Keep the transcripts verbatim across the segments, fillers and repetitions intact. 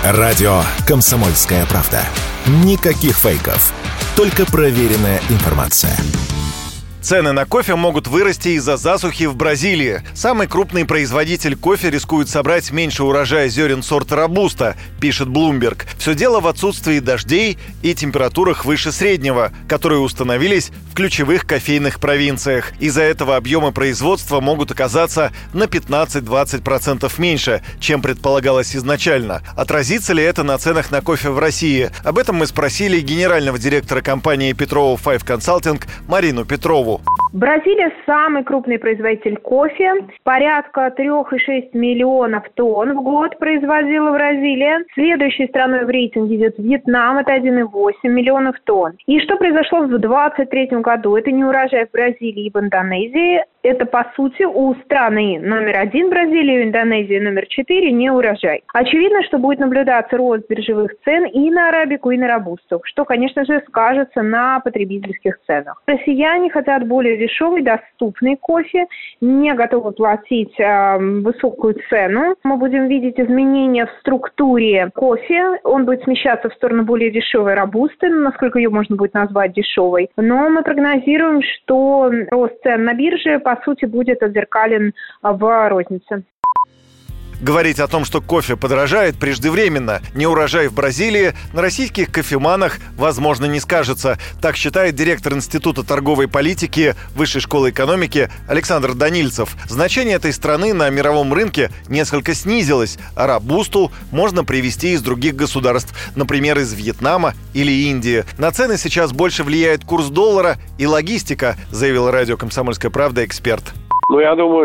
Радио «Комсомольская правда». Никаких фейков. Только проверенная информация. Цены на кофе могут вырасти из-за засухи в Бразилии. Самый крупный производитель кофе рискует собрать меньше урожая зерен сорта робуста, пишет Bloomberg. Все дело в отсутствии дождей и температурах выше среднего, которые установились в ключевых кофейных провинциях. Из-за этого объемы производства могут оказаться на пятнадцать-двадцать процентов меньше, чем предполагалось изначально. Отразится ли это на ценах на кофе в России? Об этом мы спросили генерального директора компании Petrovo Five Consulting Марину Петрову. Бразилия самый крупный производитель кофе. Порядка три целых шесть десятых миллионов тонн в год производила Бразилия. Следующей страной в рейтинге идет Вьетнам, это один целых восемь десятых миллионов тонн. И что произошло в двадцать третьем году? Это не урожай в Бразилии и в Индонезии. Это, по сути, у страны номер один Бразилии, у Индонезии номер четыре не урожай. Очевидно, что будет наблюдаться рост биржевых цен и на арабику, и на робусту, что, конечно же, скажется на потребительских ценах. Россияне хотят более дешевый, доступный кофе, не готовы платить э, высокую цену. Мы будем видеть изменения в структуре кофе. Он будет смещаться в сторону более дешевой робусты, насколько ее можно будет назвать дешевой. Но мы прогнозируем, что рост цен на бирже, по сути, будет отзеркален в рознице. Говорить о том, что кофе подорожает, преждевременно. Неурожай в Бразилии на российских кофеманах, возможно, не скажется. Так считает директор Института торговой политики Высшей школы экономики Александр Данильцев. Значение этой страны на мировом рынке несколько снизилось, а робусту можно привезти из других государств, например, из Вьетнама или Индии. На цены сейчас больше влияет курс доллара и логистика, заявил радио «Комсомольская правда» эксперт. Ну, я думаю,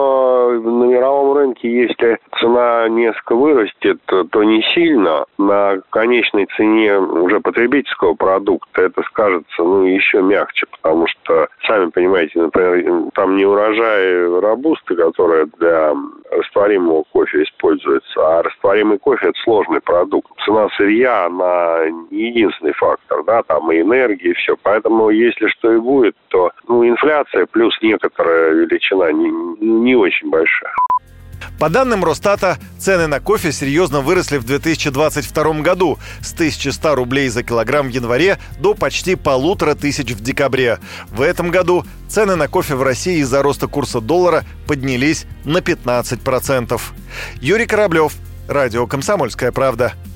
что на мировом рынке, если цена несколько вырастет, то не сильно. На конечной цене уже потребительского продукта это скажется, ну, еще мягче, потому что, сами понимаете, например, там не урожай робусты, которая для растворимого кофе используется, а растворимый кофе – это сложный продукт. Цена сырья, она не единственный фактор, да, там и энергия, и все. Поэтому, если что и будет, то, ну, инфляция плюс некоторая величина не, не очень большая. По данным Росстата, цены на кофе серьезно выросли в две тысячи двадцать втором году с тысячи ста рублей за килограмм в январе до почти полутора тысяч в декабре. В этом году цены на кофе в России из-за роста курса доллара поднялись на пятнадцать процентов. Юрий Кораблев, радио «Комсомольская правда».